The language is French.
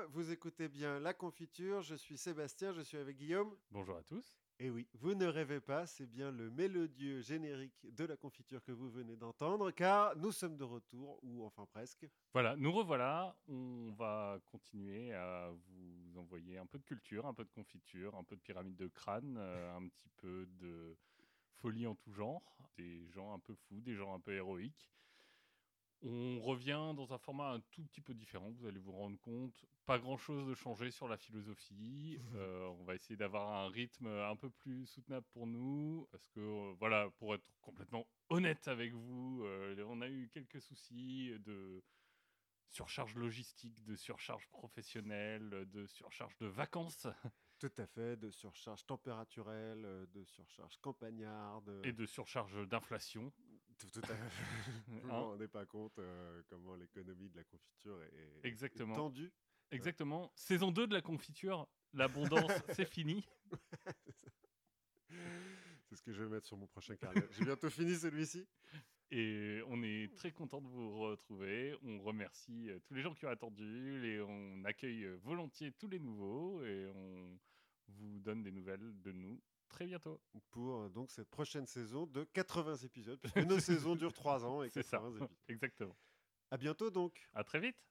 vous écoutez bien La Confiture, je suis Sébastien, je suis avec Guillaume. Bonjour à tous. Et oui, vous ne rêvez pas, c'est bien le mélodieux générique de La Confiture que vous venez d'entendre, car nous sommes de retour, ou enfin presque. Voilà, nous revoilà. On va continuer à vous envoyer un peu de culture, un peu de confiture, un peu de pyramide de crâne, un petit peu de folie en tout genre, des gens un peu fous, des gens un peu héroïques. On revient dans un format un tout petit peu différent, vous allez vous rendre compte. Pas grand-chose de changé sur la philosophie. On va essayer d'avoir un rythme un peu plus soutenable pour nous, parce que, voilà, pour être complètement honnête avec vous, on a eu quelques soucis de surcharge logistique, de surcharge professionnelle, de surcharge de vacances Tout à fait, de surcharge températurelle, de surcharge campagnarde. et de surcharge d'inflation, Tout à fait. Vous vous hein. rendez pas compte comment l'économie de la confiture est Exactement, tendue. euh. exactement. Saison 2 de la confiture, l'abondance, c'est fini. C'est ce que je vais mettre sur mon prochain carnet. J'ai bientôt fini celui-ci. Et on est très content de vous retrouver. On remercie tous les gens qui ont attendu et on accueille volontiers tous les nouveaux et on vous donne des nouvelles de nous très bientôt. Pour donc cette prochaine saison de 80 épisodes, puisque nos saisons durent 3 ans et C'est ça, 80 épisodes. exactement. À bientôt donc. À très vite.